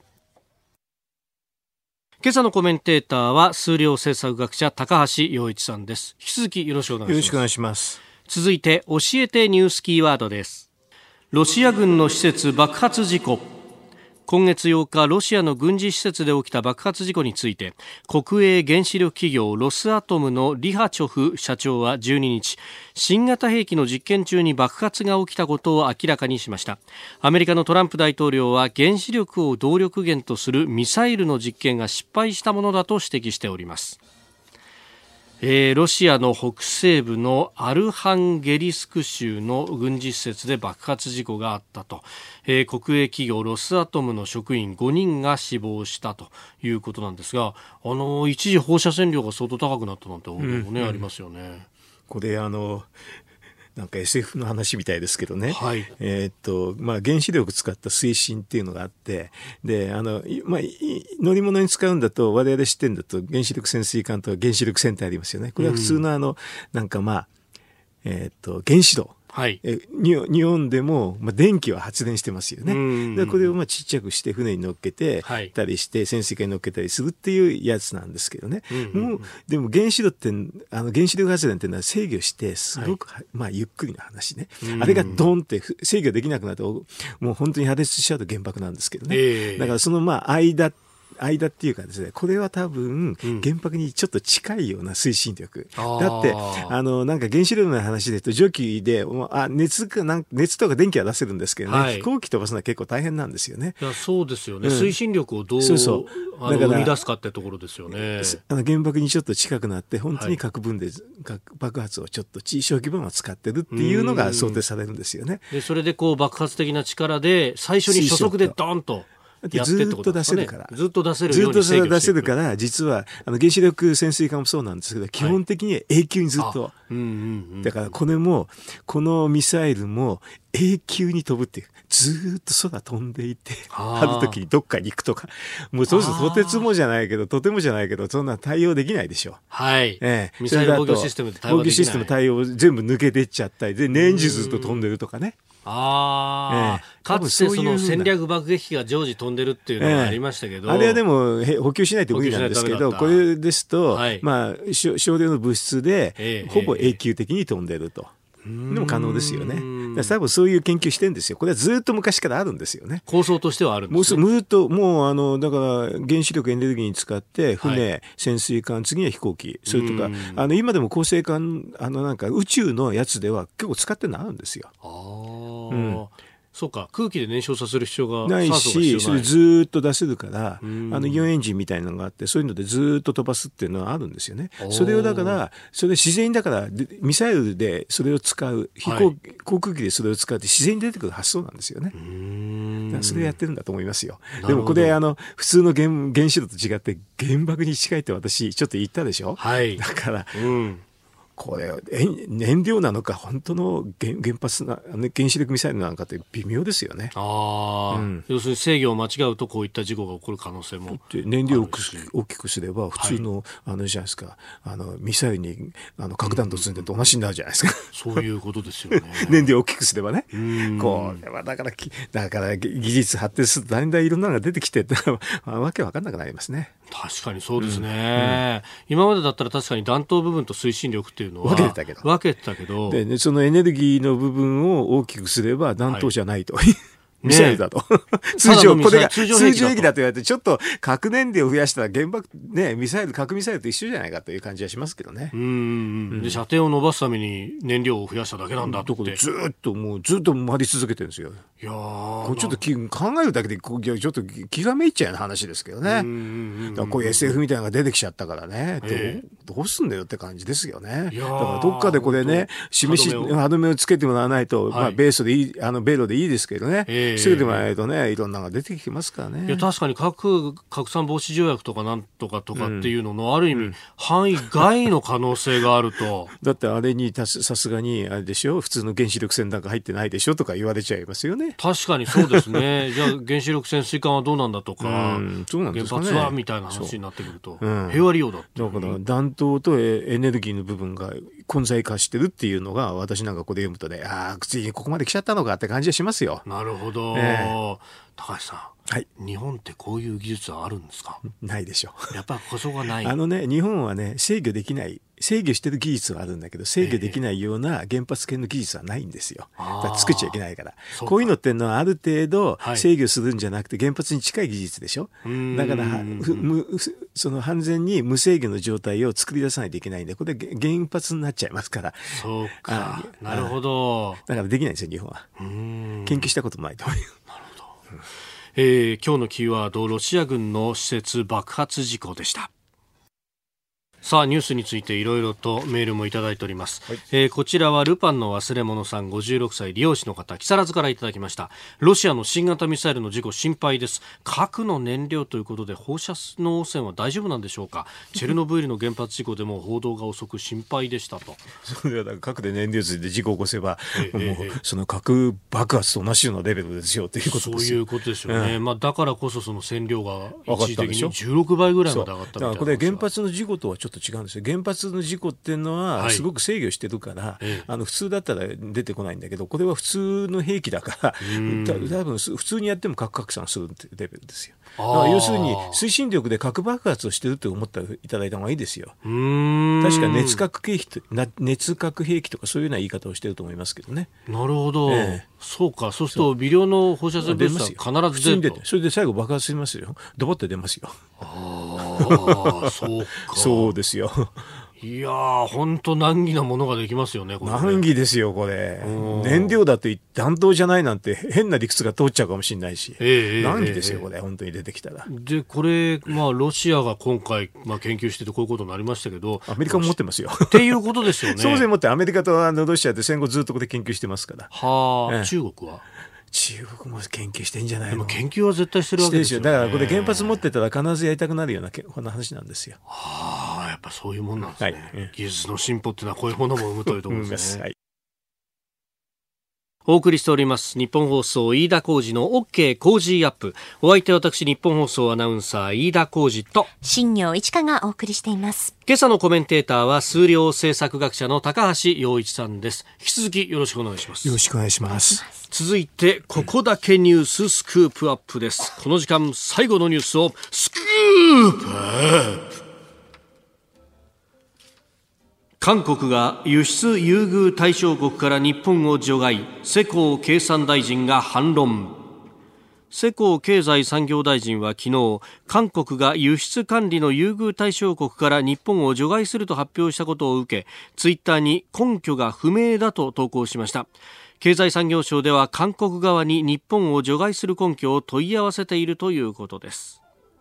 今朝のコメンテーターは数量政策学者高橋洋一さんです。引き続きよろしくお願いします。 よろしくお願いします。 続いて教えてニュースキーワードです。ロシア軍の施設爆発事故。今月8日、ロシアの軍事施設で起きた爆発事故について、国営原子力企業ロスアトムのリハチョフ社長は12日、新型兵器の実験中に爆発が起きたことを明らかにしました。アメリカのトランプ大統領は、原子力を動力源とするミサイルの実験が失敗したものだと指摘しております。ロシアの北西部のアルハンゲリスク州の軍事施設で爆発事故があったと、国営企業ロスアトムの職員5人が死亡したということなんですが、一時放射線量が相当高くなったなんて報道もね、ありますよね。 これなんか SF の話みたいですけどね、 はい、 原子力使った推進っていうのがあって、で乗り物に使うんだと、我々知ってるんだと原子力潜水艦と原子力船ってありますよね。これは普通の原子炉、はい、日本でも、電気は発電してますよね。でこれをちっちゃくして船に乗っけてたりして、潜水艦に乗っけたりするっていうやつなんですけどね。でも原子炉って原子力発電っていうのは制御してすごく、ゆっくりな話ね。あれがドンって制御できなくなると、もう本当に破裂しちゃうと原爆なんですけどね。だからその間っていうかですね、これは多分原爆にちょっと近いような推進力、だってなんか原子力の話で言うと、蒸気で熱とか電気は出せるんですけどね、飛行機飛ばすのは結構大変なんですよね。 いやそうですよね、推進力をどう生み出すかってところですよね。 原爆にちょっと近くなって、本当に核分裂、爆発をちょっと小規模を使ってるっていうのが想定されるんですよね。 でそれで爆発的な力で最初に初速でドーンとやってってことですかね。ずっと出せるように制御していく。 ずっと出せるから、実は原子力潜水艦もそうなんですけど、基本的には永久にずっと、だからこれもこのミサイルも永久に飛ぶっていう、ずっと空飛んでいて、ある時にどっかに行くとか、もうそうするととてつもじゃないけど、とてもじゃないけど、そんな対応できないでしょ。 はい。ミサイル防御システムで対応できない。防御システム対応全部抜けていっちゃったり、で、年中ずっと飛んでるとかね。 かつてその戦略爆撃機が常時飛んでるっていうのがありましたけど、 あれはでも補給しないと無理なんですけど、これですと、まあ少量の物質でほぼ永久的に飛んでると。でも可能ですよね。多分そういう研究してるんですよ。これはずっと昔からあるんですよね。 構想としてはあるんですね。 ずっともうだから原子力エネルギーに使って船、潜水艦、次は飛行機、それとか今でも恒星艦なんか宇宙のやつでは結構使ってるのあるんですよ。 そうか、空気で燃焼させる必要がないし、それずっと出せるから、イオンエンジンみたいなのがあって、そういうのでずっと飛ばすっていうのはあるんですよね。それをだから、それ自然だから、ミサイルでそれを使う、航空機でそれを使うって自然に出てくる発想なんですよね。それをやってるんだと思いますよ。でもこれ、普通の原子炉と違って、原爆に近いって私、ちょっと言ったでしょ。だから、これ燃料なのか本当の原発な原子力ミサイルなのかって微妙ですよね。 要するに制御を間違うとこういった事故が起こる可能性も燃料を大きくすれば普通の、じゃないですかミサイルに核弾頭積んで同じになるじゃないですか。 そういうことですよね。 燃料を大きくすればね。これはだから技術発展するとだんだんいろんなのが出てきてわけわかんなくなりますね。 確かにそうですね。今までだったら確かに弾頭部分と推進力っていうのは分けてたけどで、 そのエネルギーの部分を大きくすれば弾頭じゃないと、ミサイルだと通常これが通常兵器だと言われて、ちょっと核燃料を増やしたら原爆ね、核ミサイルと一緒じゃないかという感じはしますけどね。 で射程を伸ばすために燃料を増やしただけなんだってずっと回り続けてるんですよ。いやこれちょっと考えるだけでちょっと気がめいっちゃうような話ですけどね。だからこういう SF みたいなのが出てきちゃったからね、どうすんだよって感じですよね。だからどっかでこれね、歯止めをつけてもらわないと、米ロでいいですけどね、すぐでもないとね、いろんなのが出てきますからね。 いや確かに拡散防止条約とかなんとかっていうののある意味、範囲外の可能性があるとだってあれにさすがにあれでしょ、普通の原子力船なんか入ってないでしょとか言われちゃいますよね。 確かにそうですね。じゃあ原子力潜水艦はどうなんだとか、 そうなんですかね、 原発はみたいな話になってくると、平和利用だって、 だから弾頭とエネルギーの部分が混在化してるっていうのが、私なんかこれ読むとね、ついにここまで来ちゃったのかって感じがしますよ。 なるほど。高橋さん、日本ってこういう技術はあるんですか？ ないでしょ。 やっぱこそがない。 日本はね、制御してる技術はあるんだけど、制御できないような原発系の技術はないんですよ。だから作っちゃいけないから。こういうのってのはある程度制御するんじゃなくて、原発に近い技術でしょ。だからその完全に無制御の状態を作り出さないといけないんで、これ原発になっちゃいますから。 そうか。なるほど。 だからできないんですよ、日本は。研究したこともないと思う。 なるほど。今日のキーワード、ロシア軍の施設爆発事故でした。さあニュースについていろいろとメールもいただいております、こちらはルパンの忘れ物さん56歳理容師の方、木更津からいただきました。ロシアの新型ミサイルの事故心配です。核の燃料ということで放射能汚染は大丈夫なんでしょうか。チェルノブイリの原発事故でも報道が遅く心配でしたと。 それは核で燃料ついて事故を起こせば、もうその核爆発と同じようなレベルですよということですよ。 そういうことですよね、だからこそその線量が一時的に16倍ぐらいまで上がったみたいな。 だからこれ原発の事故とはちょっと違うんですよ。原発の事故っていうのはすごく制御してるから、普通だったら出てこないんだけど、これは普通の兵器だから多分普通にやっても核拡散するレベルですよ。要するに推進力で核爆発をしてるって思っていただいた方がいいですよ。確か熱核兵器とかそういうような言い方をしてると思いますけどね。 なるほど、そうか。そうすると微量の放射性物質は必ず出ると。 それで最後爆発しますよ。ドボって出ますよ。 そうか。 そうですよ。 いやー、本当難儀なものができますよね、これね。 難儀ですよ、これ。燃料だって弾頭じゃないなんて変な理屈が通っちゃうかもしれないし。難儀ですよ、これ、本当に出てきたら。 で、これ、ロシアが今回、研究しててこういうことになりましたけど。 アメリカも持ってますよ。 っていうことですよね。 当然持って、アメリカとロシアで戦後ずっとここで研究してますから。 中国は中国も研究してんじゃないの。 でも研究は絶対してるわけですよね。 だからこれ原発持ってたら必ずやりたくなるようなこんな話なんですよ。 やっぱそういうもんなんですね、はい、技術の進歩っていうのはこういうものも生むというところですね。はい、お送りしております日本放送飯田浩司の OK 工事アップ。お相手は私日本放送アナウンサー飯田浩司と新業一華がお送りしています。 今朝のコメンテーターは数量政策学者の高橋洋一さんです。引き続きよろしくお願いします。 よろしくお願いします。 続いてここだけニューススクープアップです。この時間最後のニュースをスクープアップ。韓国が輸出優遇対象国から日本を除外、世耕経産大臣が反論。世耕経済産業大臣は昨日、韓国が輸出管理の優遇対象国から日本を除外すると発表したことを受け、ツイッターに根拠が不明だと投稿しました。経済産業省では韓国側に日本を除外する根拠を問い合わせているということです。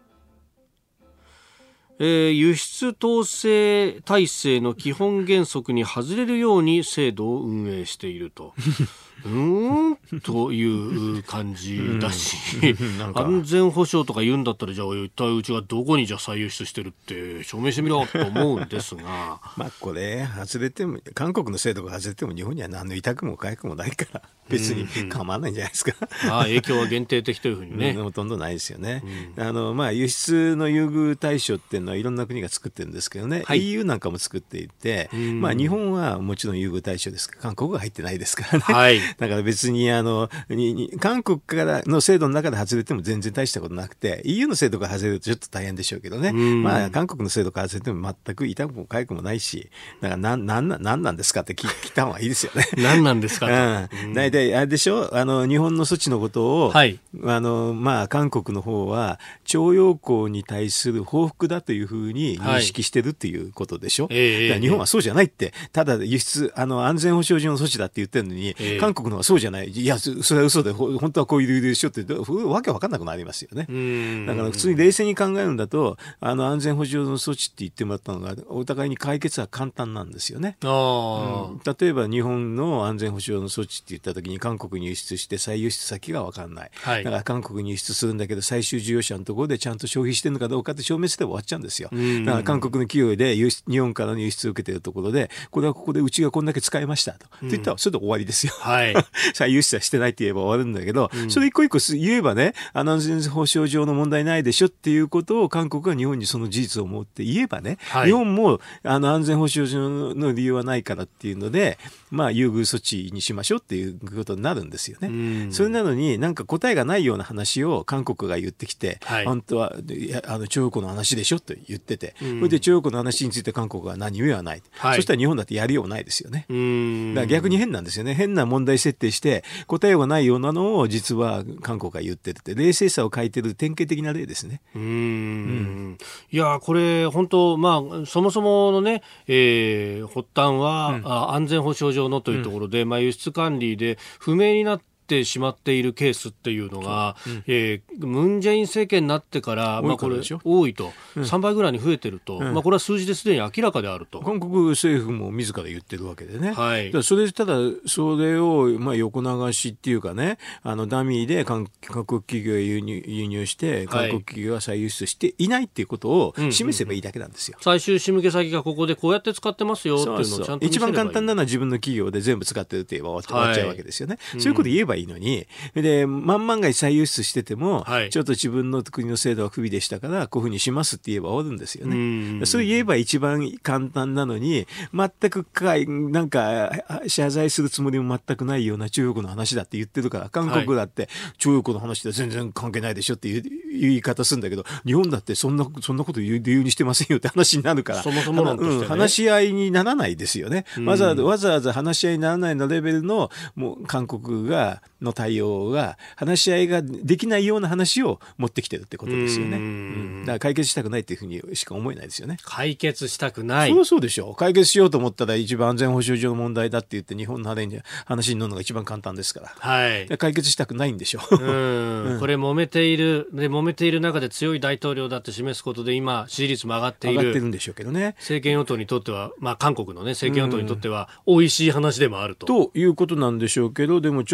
輸出統制体制の基本原則に外れるように制度を運営しているとという感じだし、安全保障とか言うんだったらじゃあ一体うちがどこにじゃあ再輸出してるって証明してみろと思うんですがまあこれ外れても韓国の制度が外れても日本には何の痛くも痒くもないから別に構わないんじゃないですか。 影響は限定的というふうにね、 ほとんどないですよね。まあ輸出の優遇対象っていうのはいろんな国が作ってるんですけどね、はい、EU なんかも作っていて、まあ日本はもちろん優遇対象ですが韓国が入ってないですからね、はい、だから別に韓国からの制度の中で外れても全然大したことなくて EU の制度が外れるとちょっと大変でしょうけどね、まあ韓国の制度が外れても全く痛くも痒くもないし、だから何なんですかって聞いた方がいいですよね。 何なんですかと、 大体あれでしょ、日本の措置のことを、はい、まあ韓国の方は徴用工に対する報復だというふうに認識してるっていうことでしょ、だから日本はそうじゃないって、ただ輸出安全保障上の措置だって言ってるのに、韓国のはそうじゃない、いやそれは嘘で本当はこういう理由でしょってわけわかんなくなりますよね。だから普通に冷静に考えるんだと安全保障の措置って言ってもらったのがお互いに解決は簡単なんですよね。例えば日本の安全保障の措置って言った時に韓国に輸出して再輸出先が分かんない、はい、だから韓国に輸出するんだけど最終需要者のところでちゃんと消費してるのかどうかって証明すれば終わっちゃうんですよ。だから韓国の企業で日本からの輸出を受けているところでこれはここでうちがこんだけ使いましたと、言ったらそれで終わりですよ、はい、再輸出はしてないって言えば終わるんだけど、それ一個一個言えばね安全保障上の問題ないでしょっていうことを韓国が日本にその事実を持って言えばね、はい、日本も安全保障上の理由はないからっていうのでまあ優遇措置にしましょうっていうことになるんですよね。それなのになんか答えがないような話を韓国が言ってきて、はい、本当は徴用工の話でしょと言ってて、それで徴用工の話について韓国は何故はない、はい、そしたら日本だってやりようないですよね。だから逆に変なんですよね。変な問題設定して答えがないようなのを実は韓国が言ってて冷静さを欠いてる典型的な例ですね。 いやこれ本当まあそもそものね、発端は、安全保障上のというところで、輸出管理で不明になってしまっているケースっていうのが、ムン・ジェイン政権になってから、これ多いと、3倍ぐらいに増えてると、これは数字ですでに明らかであると韓国政府も自ら言ってるわけでね、はい、ただそれを横流しっていうかねダミーで韓国企業が輸入して韓国企業が再輸出していないっていうことを示せばいいだけなんですよ。 最終仕向け先がここでこうやって使ってますよっていうのをちゃんと見せればいい。 一番簡単なのは自分の企業で全部使ってるって言えば終わっちゃうわけですよね、そういうこと言えばいいのに、で万が一再輸出してても、ちょっと自分の国の制度は不備でしたからこういうふうにしますって言えば終わるんですよね。それ言えば一番簡単なのに全くなんか謝罪するつもりも全くないような中国の話だって言ってるから、韓国だって中国の話で全然関係ないでしょっていう言い方するんだけど、日本だってそんなこと言う理由にしてませんよって話になるから、 そもそも論としてね、 話し合いにならないですよね。わざわざ話し合いにならないのレベルのもう韓国の対応が話し合いができないような話を持ってきてるってことですよね。だから解決したくないっていうふうにしか思えないですよね。 解決したくない。 そうでしょう。解決しようと思ったら一番安全保障上の問題だって言って日本の話に乗るのが一番簡単ですから、はい、解決したくないんでしょう。これ揉めている中で強い大統領だって示すことで今支持率も上がってるんでしょうけどね。 政権与党にとっては、韓国のね政権与党にとっては美味しい話でもあるということなんでしょうけど、でもちょっと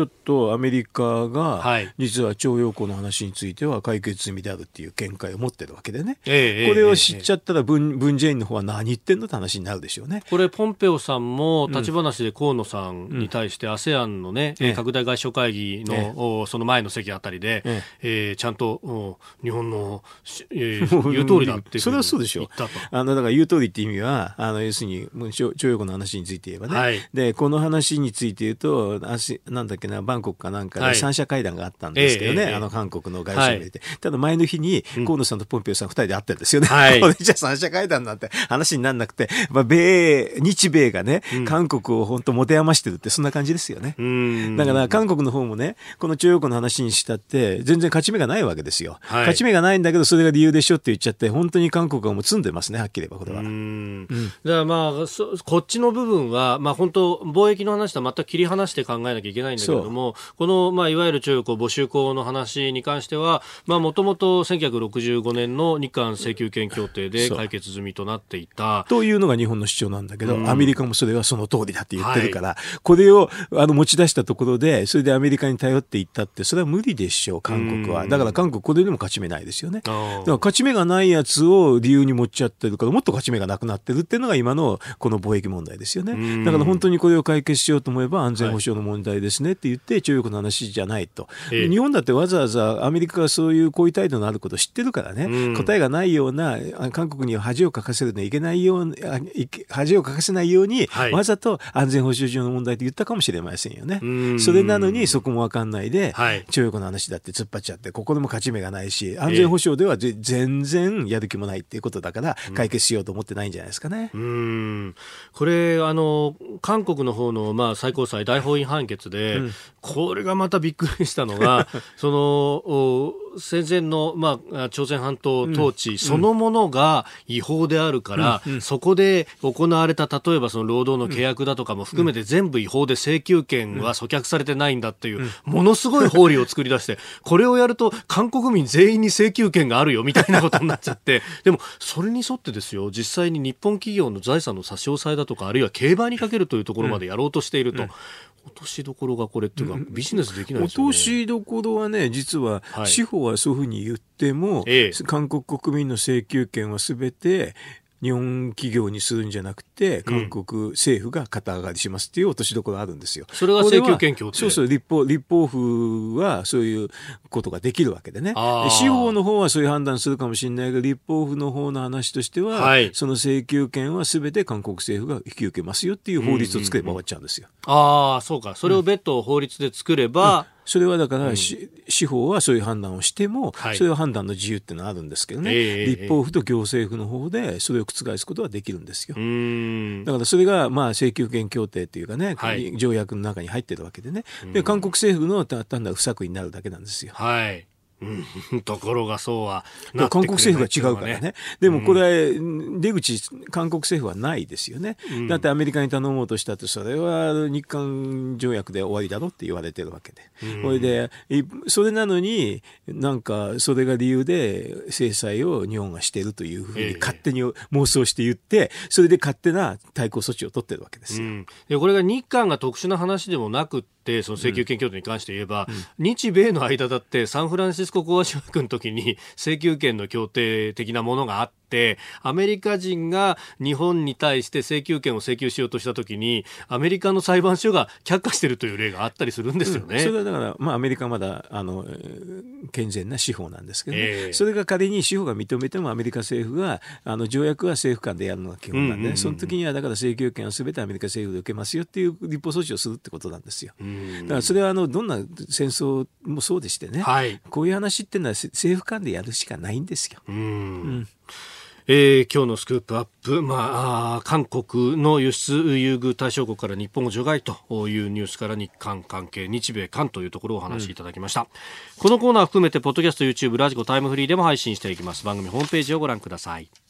とアメリカが実は徴用工の話については解決済みであるっていう見解を持ってるわけでね、これを知っちゃったら文在寅の方は何言ってんのって話になるでしょうね。 これポンペオさんも立ち話で河野さんに対して ASEAN のね、拡大外相会議の、その前の席あたりで、ちゃんと日本の、言う通りだっていうそれはそうでしょう。だから言う通りって意味は要するに徴用工の話について言えばね、でこの話について言うとなんだっけな、バンコクかなんかで三者会談があったんですけどね、韓国の外相が入れて、ただ前の日に河野さんとポンペオさん2人で会ってるんですよね。これじゃ三者会談なんて話にならなくて、日米がね、韓国を本当持て余してるってそんな感じですよね。だから韓国の方もね、この徴用工の話にしたって全然勝ち目がないわけですよ。勝ち目がないんだけどそれが理由でしょって言っちゃって、本当に韓国はもう積んでますね、はっきり言えばこれは。 だからこっちの部分は、本当貿易の話とは全く切り離して考えなきゃいけないんだけれども、この、いわゆる徴用工募集工の話に関しては、もともと1965年の日韓請求権協定で解決済みとなっていたというのが日本の主張なんだけど、アメリカもそれはその通りだって言ってるから、これを持ち出したところでそれでアメリカに頼っていったって、それは無理でしょう、韓国は。だから韓国これでも勝ち目ないですよね。だから勝ち目がないやつを理由に持っちゃってるから、もっと勝ち目がなくなってるっていうのが今のこの貿易問題ですよね。だから本当にこれを解決しようと思えば安全保障の問題ですねって言って徴用工の話じゃないと、日本だってわざわざアメリカがそういうこういう態度のあることを知ってるからね、答えがないような韓国には恥をかかせるのいけないように恥をかかせないように、わざと安全保障上の問題って言ったかもしれませんよね。それなのにそこも分かんないで、徴用工の話だって突っ張っちゃって、ここでも勝ち目がないし、安全保障では全然やる気もないっていうことだから解決しようと思ってないんじゃないですかね。 これ韓国の方の、最高裁大法院判決で、これがまたびっくりしたのがその戦前の、朝鮮半島統治そのものが違法であるから、そこで行われた例えばその労働の契約だとかも含めて全部違法で請求権は阻却されてないんだっていうものすごい法理を作り出して、これをやると韓国民全員に請求権があるよみたいなことになっちゃってでもそれに沿ってですよ、実際に日本企業の財産の差し押さえだとか、あるいは競売にかけるというところまでやろうとしていると、落としどころがこれっていうかビジネスできないですよね。 落としどころはね、実は司法はそういうふうに言っても、韓国国民の請求権はすべて日本企業にするんじゃなくて韓国政府が肩上がりしますっていう落としどころあるんですよ。 それが請求権協定。 そうそう、立法府はそういうことができるわけでね。司法の方はそういう判断するかもしれないけど、立法府の方の話としては、その請求権は全て韓国政府が引き受けますよっていう法律を作れば終わっちゃうんですよ。 そうか。それを別途法律で作れば、 それはだから、司法はそういう判断をしても、そういう判断の自由っていうのはあるんですけどね、立法府と行政府の方でそれを覆すことはできるんですよ。だからそれが請求権協定というかね、条約の中に入ってるわけでね、で韓国政府の単なる不作為になるだけなんですよ。 ところがそうはなってくれない。韓国政府が違うからね。でもこれは出口、韓国政府はないですよね。だってアメリカに頼もうとしたって、それは日韓条約で終わりだろって言われてるわけで。それなのになんかそれが理由で制裁を日本がしているというふうに勝手に妄想して言って、それで勝手な対抗措置を取ってるわけですよ。 でこれが日韓が特殊な話でもなくってその請求権協定に関して言えば、日米の間だってサンフランシスコ講和条約の時に請求権の協定的なものがあって、アメリカ人が日本に対して請求権を請求しようとした時にアメリカの裁判所が却下しているという例があったりするんですよね。 それはだから、アメリカはまだ健全な司法なんですけどね、それが仮に司法が認めてもアメリカ政府が条約は政府間でやるのが基本なんで、その時にはだから請求権は全てアメリカ政府で受けますよっていう立法措置をするってことなんですよ。だからそれはどんな戦争もそうでしてね、こういう話っていうのは政府間でやるしかないんですよ。 今日のスクープアップ、韓国の輸出優遇対象国から日本を除外というニュースから日韓関係、日米韓というところをお話しいただきました。このコーナー含めてポッドキャスト、YouTube、ラジコ、タイムフリーでも配信していきます。番組ホームページをご覧ください。